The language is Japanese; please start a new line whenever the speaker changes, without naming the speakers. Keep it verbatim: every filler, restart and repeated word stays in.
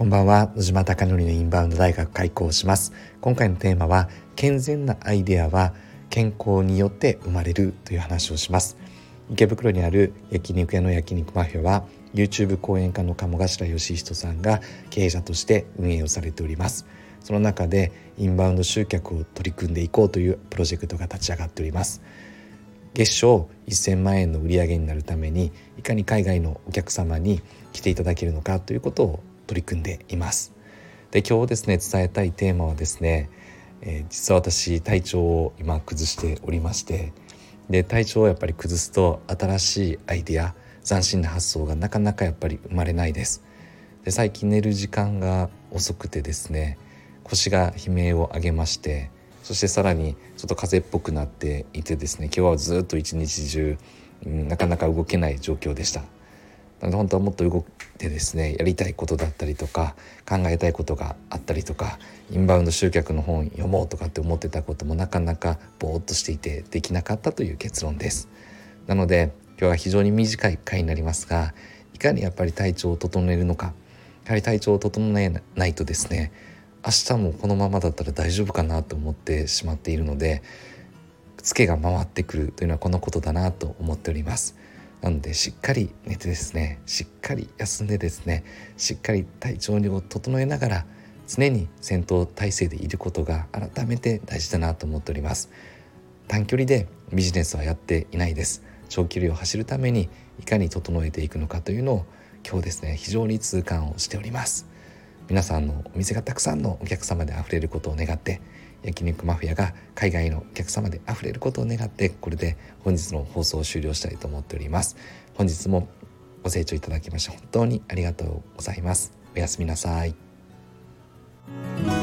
んばんは。野島貴則のインバウンド大学開講します。今回のテーマは、健全なアイデアは健康によって生まれるという話をします。池袋にある焼肉屋の焼肉マフィアは YouTube 講演家の鴨頭義人さんが経営者として運営をされております。その中でインバウンド集客を取り組んでいこうというプロジェクトが立ち上がっております。月賞せんまんえんの売り上げになるために、いかに海外のお客様に来ていただけるのかということを取り組んでいます。で、今日ですね伝えたいテーマはですね、えー、実は私体調を今崩しておりまして、で体調をやっぱり崩すと新しいアイデア、斬新な発想がなかなかやっぱり生まれないです。で、最近寝る時間が遅くてですね、腰が悲鳴を上げまして、そしてさらにちょっと風邪っぽくなっていてですね、今日はずっと一日中、うん、なかなか動けない状況でした。なので本当はもっと動いてですね、やりたいことだったりとか考えたいことがあったりとか、インバウンド集客の本読もうとかって思ってたこともなかなかぼーっとしていてできなかったという結論です。なので今日は非常に短い回になりますが、いかにやっぱり体調を整えるのか、やはり体調を整えないとですね、明日もこのままだったら大丈夫かなと思ってしまっているので、ツケが回ってくるというのはこのことだなと思っております。なのでしっかり寝てですね、しっかり休んでですね、しっかり体調を整えながら常に戦闘態勢でいることが改めて大事だなと思っております。短距離でビジネスはやっていないです。長距離を走るためにいかに整えていくのかというのを今日ですね、非常に痛感をしております。皆さんのお店がたくさんのお客様であふれることを願って、焼肉マフィアが海外のお客様であふれることを願って、これで本日の放送を終了したいと思っております。本日もご清聴いただきまして本当にありがとうございます。おやすみなさい。